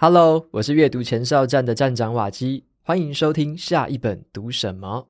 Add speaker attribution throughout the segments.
Speaker 1: Hello， 我是阅读前哨站的站长瓦基，欢迎收听下一本读什么。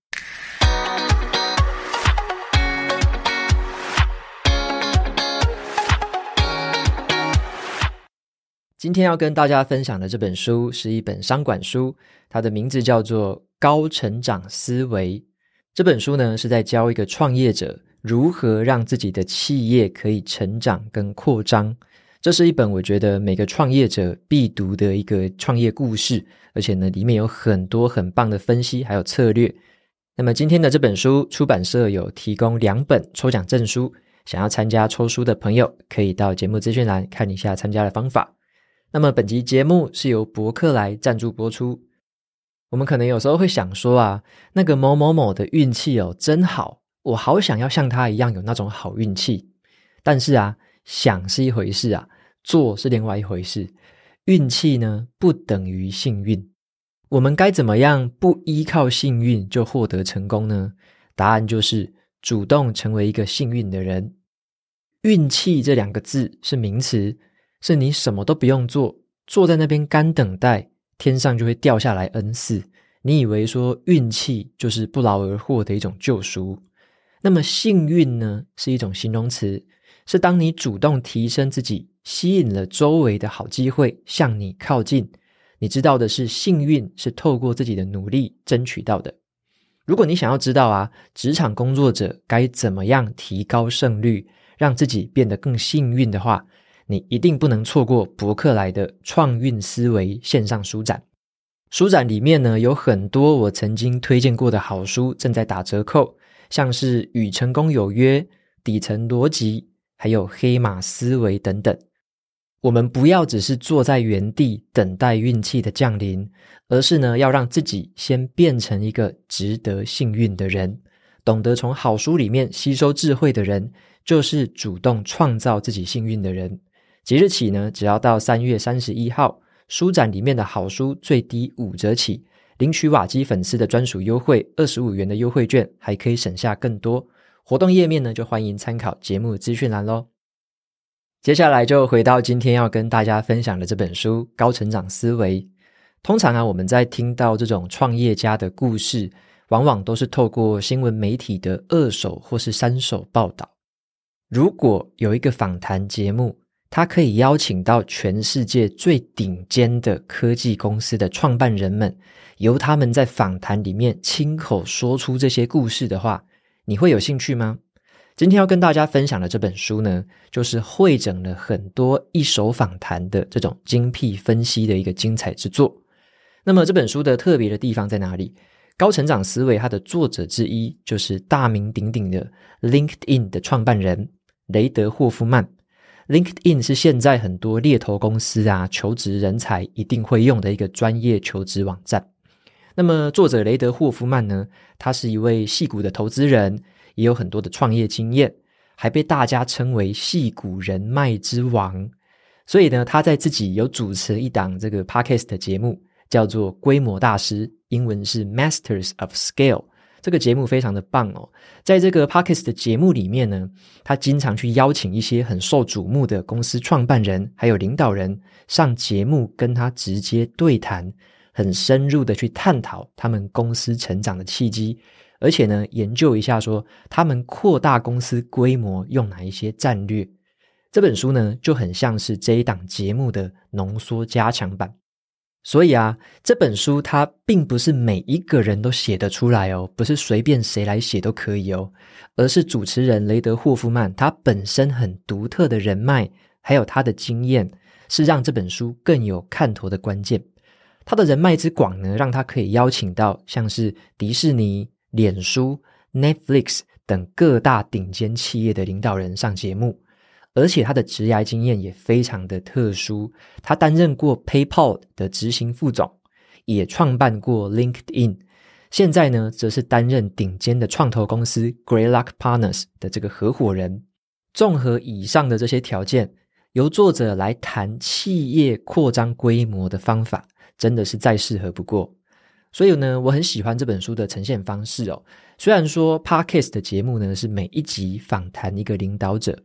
Speaker 1: 今天要跟大家分享的这本书是一本商管书，它的名字叫做《高成长思维》。这本书呢是在教一个创业者如何让自己的企业可以成长跟扩张。这是一本我觉得每个创业者必读的一个创业故事，而且呢里面有很多很棒的分析还有策略。那么今天的这本书出版社有提供2本抽奖证书，想要参加抽书的朋友可以到节目资讯栏看一下参加的方法。那么本集节目是由博客来赞助播出。我们可能有时候会想说啊，那个某某某的运气真好，我好想要像他一样有那种好运气。但是啊，想是一回事啊，做是另外一回事。运气呢，不等于幸运。我们该怎么样不依靠幸运就获得成功呢？答案就是主动成为一个幸运的人。运气这2个字是名词，是你什么都不用做，坐在那边干等待，天上就会掉下来恩赐。你以为说运气就是不劳而获的一种救赎。那么幸运呢，是一种形容词，是当你主动提升自己，吸引了周围的好机会向你靠近。你知道的是，幸运是透过自己的努力争取到的。如果你想要知道啊，职场工作者该怎么样提高胜率，让自己变得更幸运的话，你一定不能错过博客来的创运思维线上书展。书展里面呢，有很多我曾经推荐过的好书正在打折扣，像是与成功有约、底层逻辑，还有黑马思维等等。我们不要只是坐在原地等待运气的降临，而是呢，要让自己先变成一个值得幸运的人。懂得从好书里面吸收智慧的人，就是主动创造自己幸运的人。即日起呢，只要到3月31号，书展里面的好书最低5折起，领取瓦基粉丝的专属优惠25元的优惠券，还可以省下更多。活动页面呢，就欢迎参考节目资讯栏咯。接下来就回到今天要跟大家分享的这本书《高成长思维》。通常啊，我们在听到这种创业家的故事，往往都是透过新闻媒体的2手或是3手报道。如果有一个访谈节目，它可以邀请到全世界最顶尖的科技公司的创办人们，由他们在访谈里面亲口说出这些故事的话，你会有兴趣吗？今天要跟大家分享的这本书呢，就是汇整了很多1手访谈的这种精辟分析的一个精彩之作。那么这本书的特别的地方在哪里？高成长思维它的作者之一就是大名鼎鼎的 LinkedIn 的创办人雷德霍夫曼。LinkedIn 是现在很多猎头公司啊，求职人才一定会用的一个专业求职网站。那么作者雷德霍夫曼呢，他是一位矽谷的投资人，也有很多的创业经验，还被大家称为矽谷人脉之王。所以呢，他在自己有主持一档这个 Podcast 的节目，叫做规模大师，英文是 Masters of Scale。这个节目非常的棒哦。在这个 Podcast 的节目里面呢，他经常去邀请一些很受瞩目的公司创办人还有领导人上节目跟他直接对谈，很深入的去探讨他们公司成长的契机，而且呢，研究一下说他们扩大公司规模用哪一些战略。这本书呢，就很像是这一档节目的浓缩加强版。所以啊，这本书它并不是每一个人都写得出来哦，不是随便谁来写都可以哦，而是主持人雷德霍夫曼他本身很独特的人脉，还有他的经验，是让这本书更有看头的关键。他的人脉之广呢，让他可以邀请到像是迪士尼、脸书、Netflix 等各大顶尖企业的领导人上节目。而且他的职涯经验也非常的特殊，他担任过 PayPal 的执行副总，也创办过 LinkedIn， 现在呢则是担任顶尖的创投公司 Greylock Partners 的这个合伙人。综合以上的这些条件，由作者来谈企业扩张规模的方法，真的是再适合不过。所以呢，我很喜欢这本书的呈现方式哦。虽然说 Podcast 的节目呢是每一集访谈一个领导者，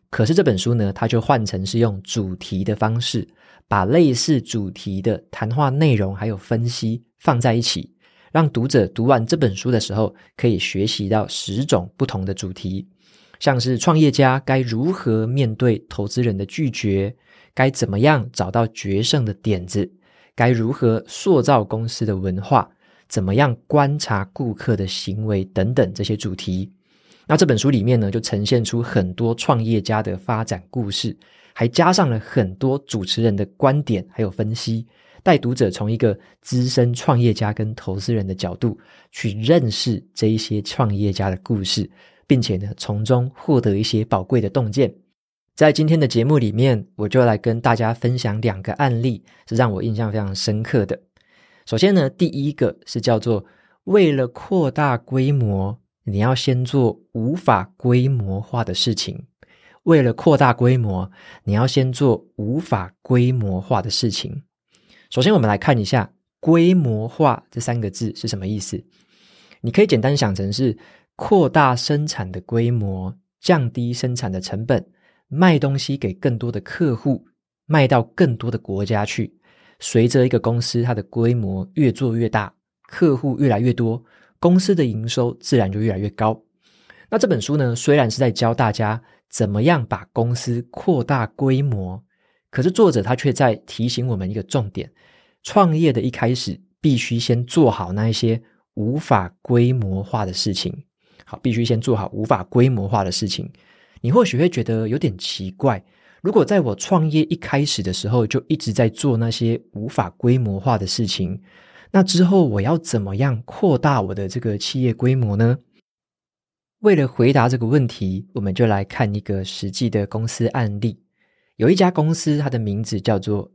Speaker 1: 可是这本书呢，它就换成是用主题的方式，把类似主题的谈话内容还有分析放在一起，让读者读完这本书的时候可以学习到10种不同的主题，像是创业家该如何面对投资人的拒绝，该怎么样找到决胜的点子，该如何塑造公司的文化，怎么样观察顾客的行为等等这些主题。那这本书里面呢，就呈现出很多创业家的发展故事，还加上了很多主持人的观点还有分析，带读者从一个资深创业家跟投资人的角度去认识这一些创业家的故事，并且呢，从中获得一些宝贵的洞见。在今天的节目里面，我就来跟大家分享2个案例，是让我印象非常深刻的。首先呢，第一个是叫做为了扩大规模，你要先做无法规模化的事情。为了扩大规模，你要先做无法规模化的事情。首先我们来看一下规模化这3个字是什么意思。你可以简单想成是扩大生产的规模，降低生产的成本，卖东西给更多的客户，卖到更多的国家去。随着一个公司它的规模越做越大，客户越来越多，公司的营收自然就越来越高。那这本书呢，虽然是在教大家怎么样把公司扩大规模，可是作者他却在提醒我们一个重点，创业的一开始必须先做好那一些无法规模化的事情。好，必须先做好无法规模化的事情。你或许会觉得有点奇怪，如果在我创业一开始的时候就一直在做那些无法规模化的事情，那之后我要怎么样扩大我的这个企业规模呢？为了回答这个问题，我们就来看一个实际的公司案例。有一家公司，它的名字叫做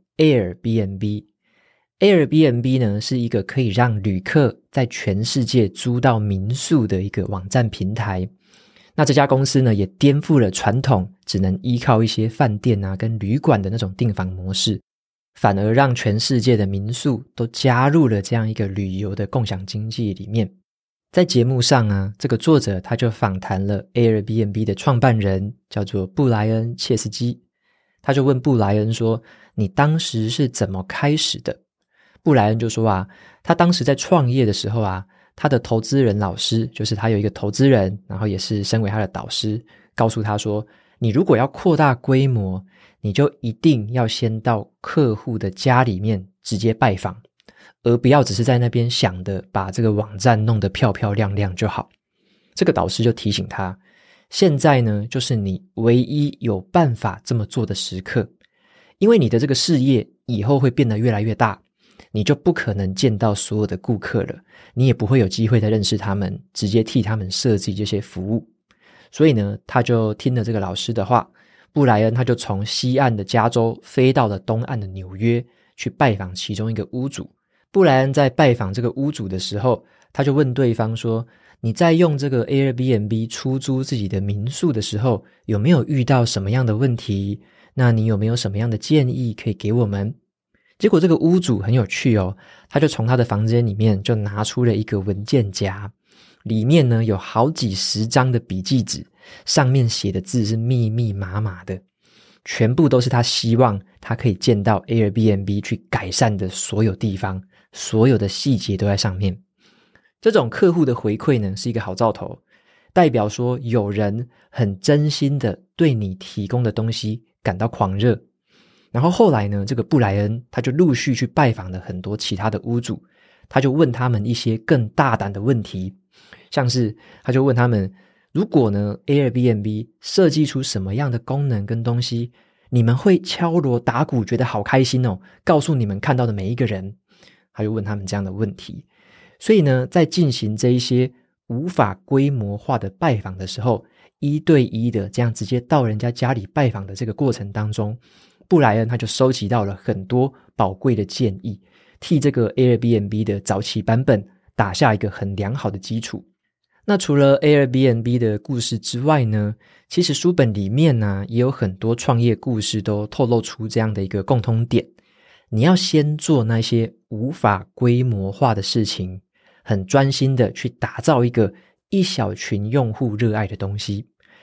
Speaker 1: Airbnb。Airbnb 呢，是一个可以让旅客在全世界租到民宿的一个网站平台。那这家公司呢，也颠覆了传统只能依靠一些饭店啊跟旅馆的那种订房模式，反而让全世界的民宿都加入了这样一个旅游的共享经济里面。在节目上啊，这个作者他就访谈了 Airbnb 的创办人，叫做布莱恩·切斯基。他就问布莱恩说，你当时是怎么开始的？布莱恩就说啊，他当时在创业的时候啊，他的投资人老师，就是他有一个投资人，然后也是身为他的导师，告诉他说，你如果要扩大规模，你就一定要先到客户的家里面直接拜访，而不要只是在那边想的把这个网站弄得漂漂亮亮就好。这个导师就提醒他，现在呢，就是你唯一有办法这么做的时刻，因为你的这个事业以后会变得越来越大，你就不可能见到所有的顾客了，你也不会有机会再认识他们，直接替他们设计这些服务。所以呢，他就听了这个老师的话，布莱恩他就从西岸的加州飞到了东岸的纽约，去拜访其中一个屋主。布莱恩在拜访这个屋主的时候，他就问对方说，你在用这个 Airbnb 出租自己的民宿的时候，有没有遇到什么样的问题？那你有没有什么样的建议可以给我们？结果这个屋主很有趣哦，他就从他的房间里面就拿出了一个文件夹，里面呢有好几十张的笔记纸，上面写的字是密密麻麻的，全部都是他希望他可以见到 Airbnb 去改善的所有地方，所有的细节都在上面。这种客户的回馈呢，是一个好兆头，代表说有人很真心的对你提供的东西感到狂热。然后后来呢，这个布莱恩他就陆续去拜访了很多其他的屋主，他就问他们一些更大胆的问题，像是他就问他们，如果呢 Airbnb 设计出什么样的功能跟东西，你们会敲锣打鼓觉得好开心哦，告诉你们看到的每一个人。他就问他们这样的问题。所以呢，在进行这一些无法规模化的拜访的时候，1对1的这样直接到人家家里拜访的这个过程当中，布莱恩他就收集到了很多宝贵的建议，替这个 Airbnb 的早期版本打下一个很良好的基础。那除了 Airbnb 的故事之外呢，其实书本里面呢，也有很多创业故事都透露出这样的一个共通点，你要先做那些无法规模化的事情，很专心的去打造一个一小群用户热爱的东西，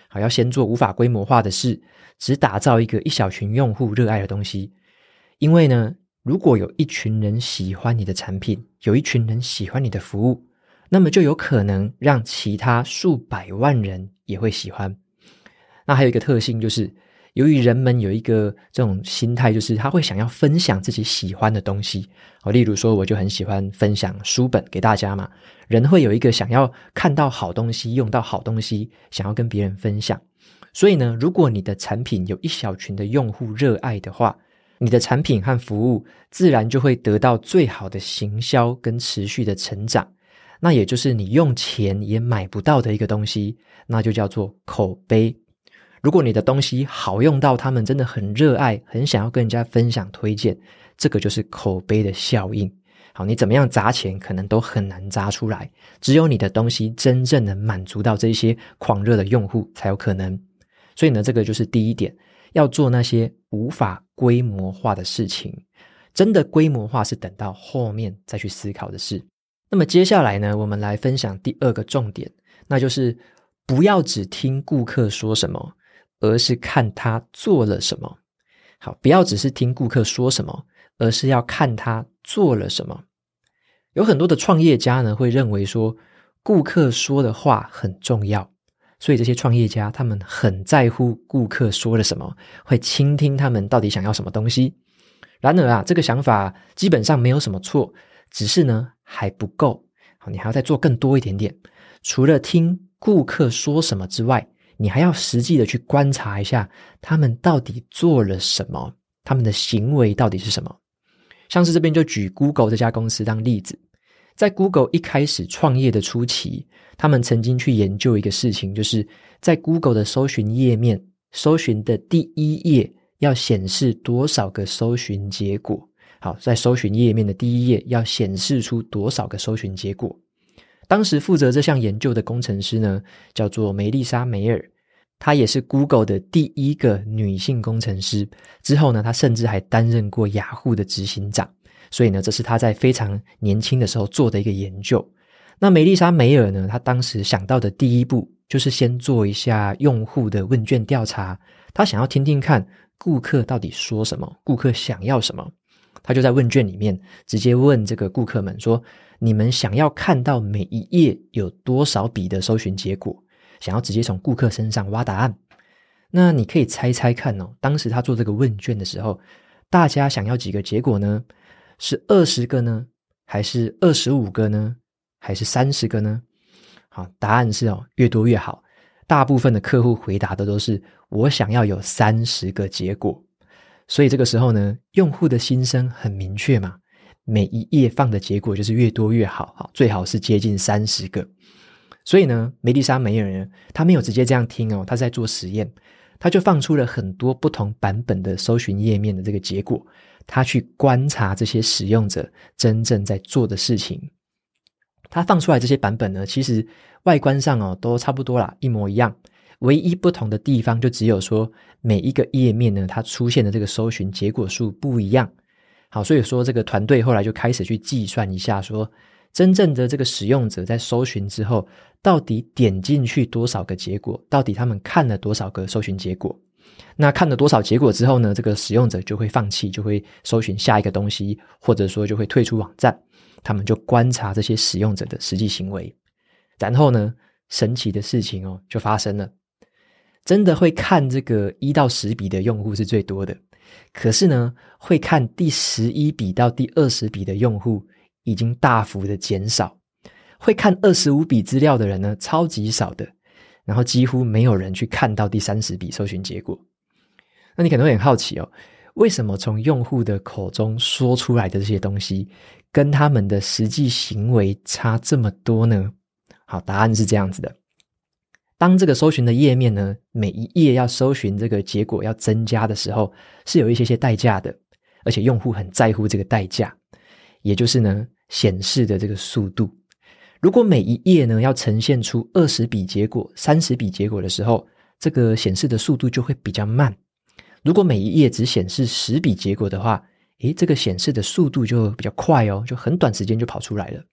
Speaker 1: 好，要先做无法规模化的事，只打造一个一小群用户热爱的东西。因为呢，如果有一群人喜欢你的产品，有一群人喜欢你的服务，那么就有可能让其他数百万人也会喜欢。那还有一个特性就是，由于人们有一个这种心态，就是他会想要分享自己喜欢的东西。例如说我就很喜欢分享书本给大家嘛，人会有一个想要看到好东西，用到好东西，想要跟别人分享。所以呢，如果你的产品有一小群的用户热爱的话，你的产品和服务自然就会得到最好的行销跟持续的成长。那也就是你用钱也买不到的一个东西，那就叫做口碑。如果你的东西好用到他们真的很热爱，很想要跟人家分享推荐，这个就是口碑的效应。好，你怎么样砸钱可能都很难砸出来，只有你的东西真正能满足到这些狂热的用户才有可能。所以呢，这个就是第一点，要做那些无法规模化的事情。真的规模化是等到后面再去思考的事。那么接下来呢，我们来分享第二个重点，那就是不要只听顾客说什么，而是看他做了什么。好，不要只是听顾客说什么，而是要看他做了什么。有很多的创业家呢，会认为说顾客说的话很重要，所以这些创业家他们很在乎顾客说了什么，会倾听他们到底想要什么东西。然而啊，这个想法基本上没有什么错，只是呢还不够。好，你还要再做更多一点点。除了听顾客说什么之外，你还要实际的去观察一下他们到底做了什么，他们的行为到底是什么。像是这边就举 Google 这家公司当例子。在 Google 一开始创业的初期，他们曾经去研究一个事情，就是在 Google 的搜寻页面，搜寻的第一页要显示多少个搜寻结果。好，在搜寻页面的第一页要显示出多少个搜寻结果。当时负责这项研究的工程师呢，叫做梅丽莎·梅尔，她也是 Google 的第一个女性工程师。之后呢，她甚至还担任过雅虎的执行长。所以呢，这是她在非常年轻的时候做的一个研究。那梅丽莎·梅尔呢，她当时想到的第一步就是先做一下用户的问卷调查，她想要听听看顾客到底说什么，顾客想要什么。她就在问卷里面直接问这个顾客们说，你们想要看到每一页有多少笔的搜寻结果，想要直接从顾客身上挖答案。那你可以猜猜看哦，当时他做这个问卷的时候，大家想要几个结果呢？是20个呢？还是25个呢？还是30个呢？好，答案是越多越好。大部分的客户回答的都是我想要有30个结果。所以这个时候呢，用户的心声很明确嘛，每一页放的结果就是越多越好，最好是接近30个。所以呢，梅丽莎·梅尔呢，他没有直接这样听他在做实验，他就放出了很多不同版本的搜寻页面的这个结果，他去观察这些使用者真正在做的事情。他放出来这些版本呢，其实外观上都差不多啦，一模一样。唯一不同的地方就只有说每一个页面呢，它出现的这个搜寻结果数不一样。好，所以说这个团队后来就开始去计算一下说，真正的这个使用者在搜寻之后，到底点进去多少个结果，到底他们看了多少个搜寻结果。那看了多少结果之后呢，这个使用者就会放弃，就会搜寻下一个东西，或者说就会退出网站。他们就观察这些使用者的实际行为。然后呢，神奇的事情就发生了。真的会看这个1到10笔的用户是最多的，可是呢，会看第11笔到第20笔的用户已经大幅的减少。会看25笔资料的人呢，超级少的，然后几乎没有人去看到第30笔搜寻结果。那你可能会很好奇为什么从用户的口中说出来的这些东西跟他们的实际行为差这么多呢？好，答案是这样子的。当这个搜寻的页面呢，每一页要搜寻这个结果要增加的时候，是有一些代价的，而且用户很在乎这个代价，也就是呢，显示的这个速度。如果每一页呢要呈现出20笔结果、30笔结果的时候，这个显示的速度就会比较慢。如果每一页只显示10笔结果的话，这个显示的速度就比较快就很短时间就跑出来了。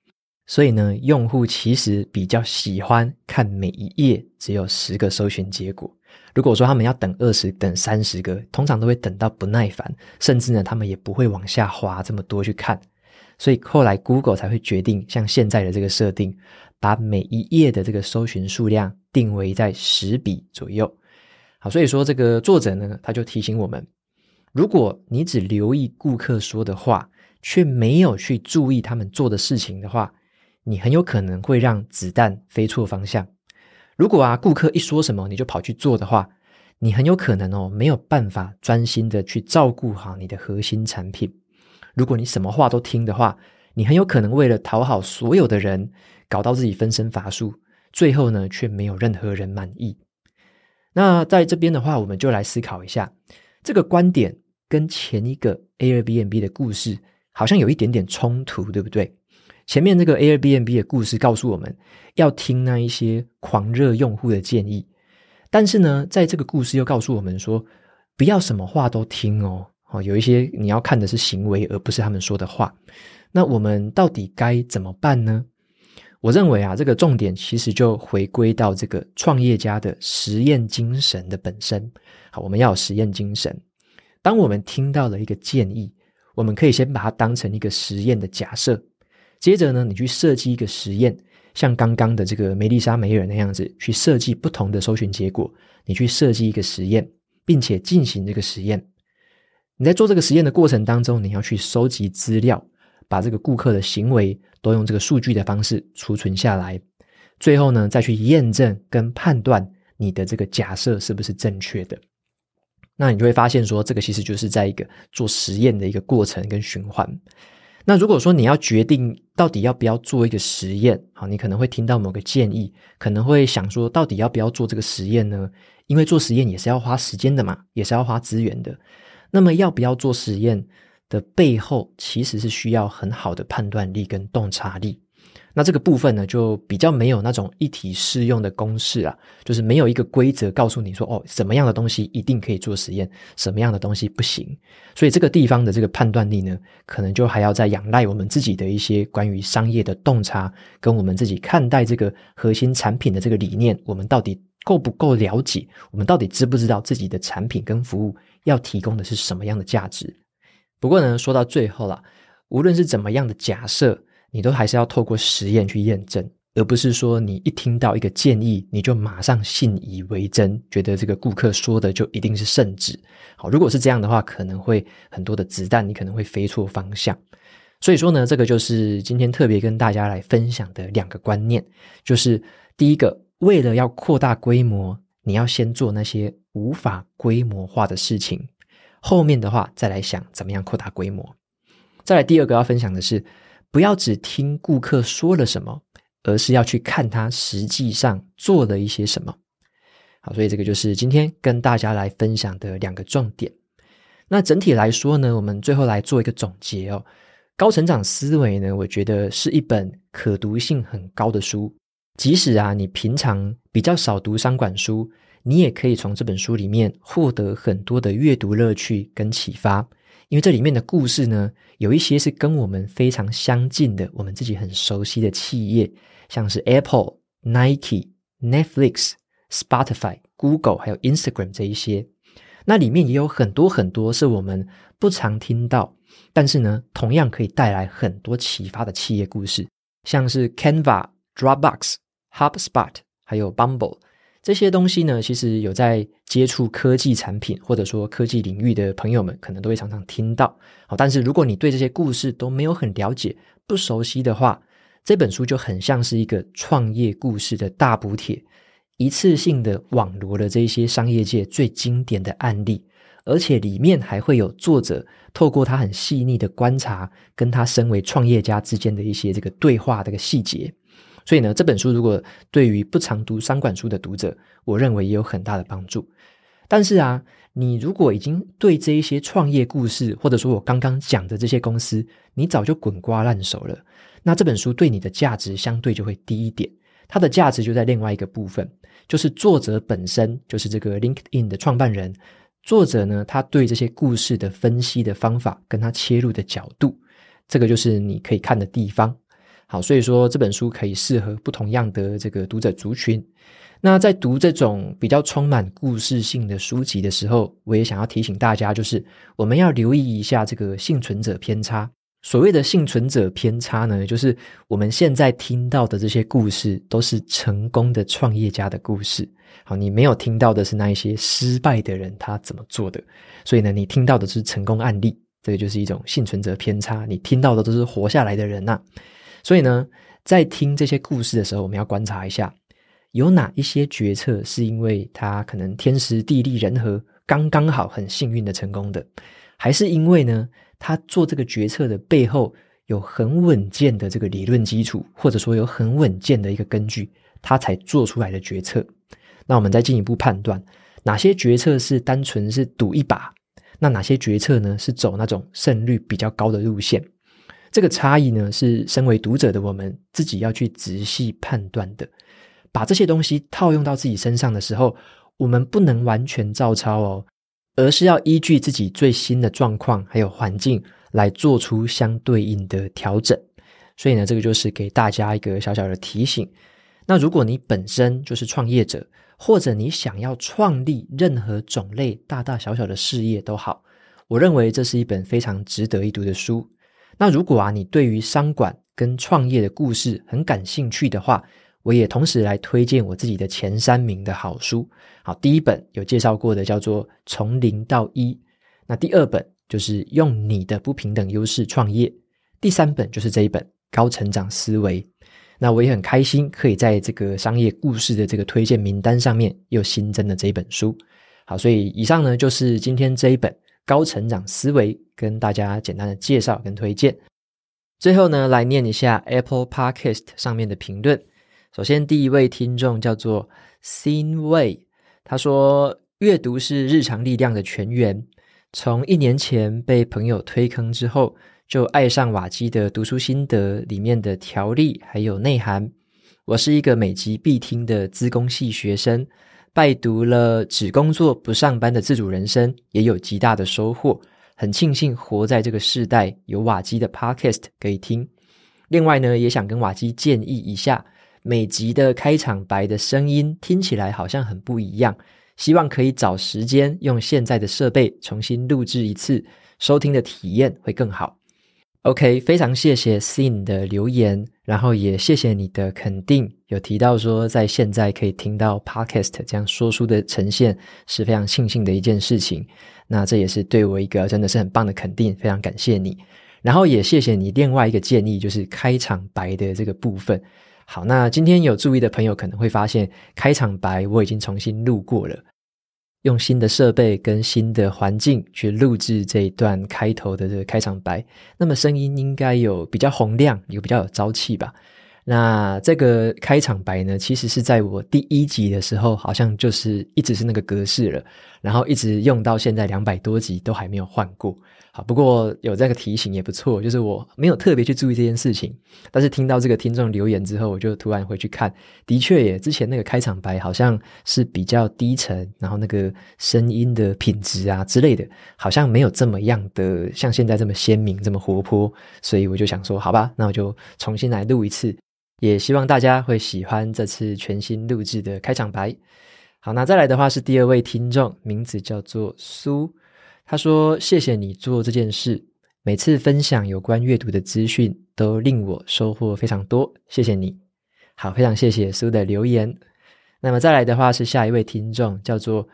Speaker 1: 所以呢，用户其实比较喜欢看每一页只有10个搜寻结果。如果说他们要等20等30个，通常都会等到不耐烦，甚至呢他们也不会往下滑这么多去看。所以后来 Google 才会决定像现在的这个设定，把每一页的这个搜寻数量定为在10比左右。好，所以说这个作者呢，他就提醒我们，如果你只留意顾客说的话，却没有去注意他们做的事情的话，你很有可能会让子弹飞错方向。如果顾客一说什么你就跑去做的话，你很有可能没有办法专心的去照顾好你的核心产品。如果你什么话都听的话，你很有可能为了讨好所有的人，搞到自己分身乏术，最后呢却没有任何人满意。那在这边的话，我们就来思考一下，这个观点跟前一个 Airbnb 的故事好像有一点点冲突，对不对？前面这个 Airbnb 的故事告诉我们要听那一些狂热用户的建议，但是呢，在这个故事又告诉我们说，不要什么话都听有一些你要看的是行为，而不是他们说的话。那我们到底该怎么办呢？我认为这个重点其实就回归到这个创业家的实验精神的本身。好，我们要有实验精神。当我们听到了一个建议，我们可以先把它当成一个实验的假设，接着呢，你去设计一个实验，像刚刚的这个梅丽莎梅尔那样子，去设计不同的搜寻结果，你去设计一个实验，并且进行这个实验。你在做这个实验的过程当中，你要去收集资料，把这个顾客的行为都用这个数据的方式储存下来，最后呢，再去验证跟判断你的这个假设是不是正确的。那你就会发现说，这个其实就是在一个做实验的一个过程跟循环。那如果说你要决定到底要不要做一个实验，好，你可能会听到某个建议，可能会想说到底要不要做这个实验呢？因为做实验也是要花时间的嘛，也是要花资源的。那么要不要做实验的背后，其实是需要很好的判断力跟洞察力。那这个部分呢，就比较没有那种一体适用的公式就是没有一个规则告诉你说什么样的东西一定可以做实验，什么样的东西不行。所以这个地方的这个判断力呢，可能就还要再仰赖我们自己的一些关于商业的洞察，跟我们自己看待这个核心产品的这个理念，我们到底够不够了解，我们到底知不知道自己的产品跟服务要提供的是什么样的价值。不过呢，说到最后无论是怎么样的假设，你都还是要透过实验去验证，而不是说你一听到一个建议，你就马上信以为真，觉得这个顾客说的就一定是圣旨。好，如果是这样的话，可能会很多的子弹，你可能会飞错方向。所以说呢，这个就是今天特别跟大家来分享的2个观念，就是第一个，为了要扩大规模，你要先做那些无法规模化的事情，后面的话再来想怎么样扩大规模。再来第2个要分享的是，不要只听顾客说了什么，而是要去看他实际上做了一些什么。好，所以这个就是今天跟大家来分享的2个重点。那整体来说呢，我们最后来做一个总结高成长思维呢，我觉得是一本可读性很高的书。即使你平常比较少读商管书，你也可以从这本书里面获得很多的阅读乐趣跟启发。因为这里面的故事呢，有一些是跟我们非常相近的，我们自己很熟悉的企业，像是 Apple、Nike、Netflix、Spotify、Google 还有 Instagram 这一些。那里面也有很多很多是我们不常听到，但是呢，同样可以带来很多启发的企业故事，像是 Canva、Dropbox、HubSpot 还有 Bumble。这些东西呢，其实有在接触科技产品或者说科技领域的朋友们可能都会常常听到。但是如果你对这些故事都没有很了解，不熟悉的话，这本书就很像是一个创业故事的大补帖，一次性的网罗了这一些商业界最经典的案例，而且里面还会有作者透过他很细腻的观察，跟他身为创业家之间的一些这个对话的细节。所以呢，这本书如果对于不常读商管书的读者，我认为也有很大的帮助。但是你如果已经对这一些创业故事，或者说我刚刚讲的这些公司，你早就滚瓜烂熟了，那这本书对你的价值相对就会低一点。它的价值就在另外一个部分，就是作者本身，就是这个 LinkedIn 的创办人，作者呢，他对这些故事的分析的方法跟他切入的角度，这个就是你可以看的地方。 好，所以说这本书可以适合不同样的这个读者族群。那在读这种比较充满故事性的书籍的时候，我也想要提醒大家，就是我们要留意一下这个幸存者偏差。所谓的幸存者偏差呢，就是我们现在听到的这些故事都是成功的创业家的故事。好，你没有听到的是那一些失败的人他怎么做的，所以呢，你听到的是成功案例，这个就是一种幸存者偏差，你听到的都是活下来的人啊。所以呢，在听这些故事的时候，我们要观察一下，有哪一些决策是因为他可能天时地利人和刚刚好很幸运的成功的，还是因为呢他做这个决策的背后有很稳健的这个理论基础，或者说有很稳健的一个根据，他才做出来的决策。那我们再进一步判断，哪些决策是单纯是赌一把，那哪些决策呢是走那种胜率比较高的路线。这个差异呢，是身为读者的我们自己要去仔细判断的。把这些东西套用到自己身上的时候，我们不能完全照抄哦，而是要依据自己最新的状况还有环境来做出相对应的调整。所以呢，这个就是给大家一个小小的提醒。那如果你本身就是创业者，或者你想要创立任何种类大大小小的事业都好，我认为这是一本非常值得一读的书。那如果你对于商管跟创业的故事很感兴趣的话，我也同时来推荐我自己的前3名的好书。好，第一本有介绍过的叫做《从零到一》，那第2本就是用你的不平等优势创业，第3本就是这一本《高成长思维》。那我也很开心可以在这个商业故事的这个推荐名单上面又新增了这一本书。好，所以以上呢就是今天这一本《高成长思维》跟大家简单的介绍跟推荐。最后呢，来念一下 Apple Podcast 上面的评论。首先第一位听众叫做 Xin Wei， 他说阅读是日常力量的泉源，从1年前被朋友推坑之后，就爱上瓦基的读书心得里面的条例还有内涵。我是一个每集必听的资工系学生，拜读了只工作不上班的自主人生，也有极大的收获，很庆幸活在这个世代有瓦基的 podcast 可以听。另外呢，也想跟瓦基建议一下，每集的开场白的声音听起来好像很不一样，希望可以找时间用现在的设备重新录制一次，收听的体验会更好。OK， 非常谢谢 Sin 的留言，然后也谢谢你的肯定，有提到说在现在可以听到 Podcast 这样说书的呈现是非常庆幸的一件事情，那这也是对我一个真的是很棒的肯定，非常感谢你。然后也谢谢你另外一个建议，就是开场白的这个部分。好，那今天有注意的朋友可能会发现开场白我已经重新录过了，用新的设备跟新的环境去录制这一段开头的这个开场白，那么声音应该有比较洪亮，有比较有朝气吧。那这个开场白呢，其实是在我第1集的时候好像就是一直是那个格式了，然后一直用到现在200多集都还没有换过。好，不过有这个提醒也不错，就是我没有特别去注意这件事情，但是听到这个听众留言之后，我就突然回去看，的确耶，之前那个开场白好像是比较低沉，然后那个声音的品质啊之类的，好像没有这么样的像现在这么鲜明这么活泼，所以我就想说好吧，那我就重新来录一次，也希望大家会喜欢这次全新录制的开场白。好，那再来的话是第2位听众，名字叫做苏，他说谢谢你做这件事，每次分享有关阅读的资讯都令我收获非常多，谢谢你。好，非常谢谢苏的留言。那么再来的话是下一位听众叫做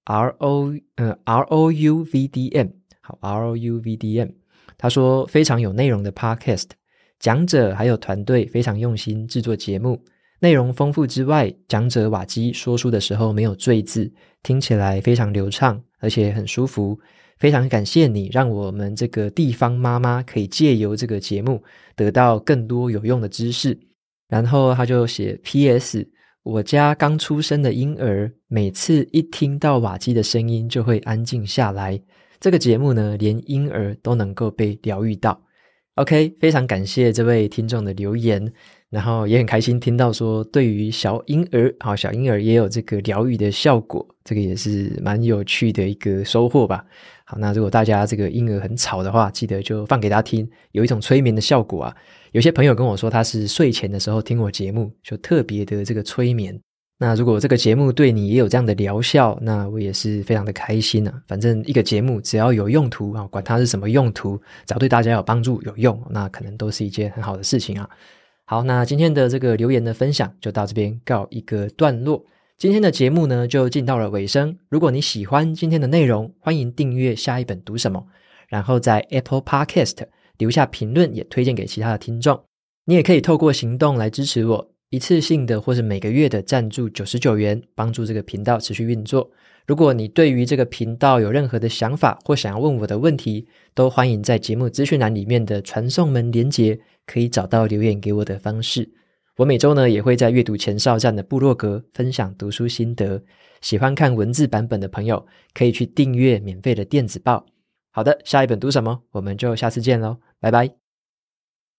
Speaker 1: ROUVDM， 好 ROUVDM， 他说非常有内容的 podcast， 讲者还有团队非常用心制作节目，内容丰富之外，讲者瓦基说书的时候没有赘字，听起来非常流畅，而且很舒服。非常感谢你让我们这个地方妈妈可以借由这个节目得到更多有用的知识。然后他就写 PS， 我家刚出生的婴儿每次一听到瓦基的声音就会安静下来，这个节目呢连婴儿都能够被疗愈到。 OK，非常感谢这位听众的留言，然后也很开心听到说对于小婴儿也有这个疗愈的效果，这个也是蛮有趣的一个收获吧。好，那如果大家这个婴儿很吵的话，记得就放给他听，有一种催眠的效果啊。有些朋友跟我说他是睡前的时候听我节目，就特别的这个催眠。那如果这个节目对你也有这样的疗效，那我也是非常的开心啊。反正一个节目只要有用途啊，管它是什么用途，只要对大家有帮助有用，那可能都是一件很好的事情啊。好，那今天的这个留言的分享就到这边告一个段落。今天的节目呢就进到了尾声。如果你喜欢今天的内容，欢迎订阅下一本读什么，然后在 Apple Podcast 留下评论，也推荐给其他的听众。你也可以透过行动来支持我，一次性的或是每个月的赞助99元，帮助这个频道持续运作。如果你对于这个频道有任何的想法或想要问我的问题，都欢迎在节目资讯栏里面的传送门连结可以找到留言给我的方式。我每周呢也会在阅读前哨站的部落格分享读书心得，喜欢看文字版本的朋友可以去订阅免费的电子报。好的，下一本读什么？我们就下次见咯，拜拜。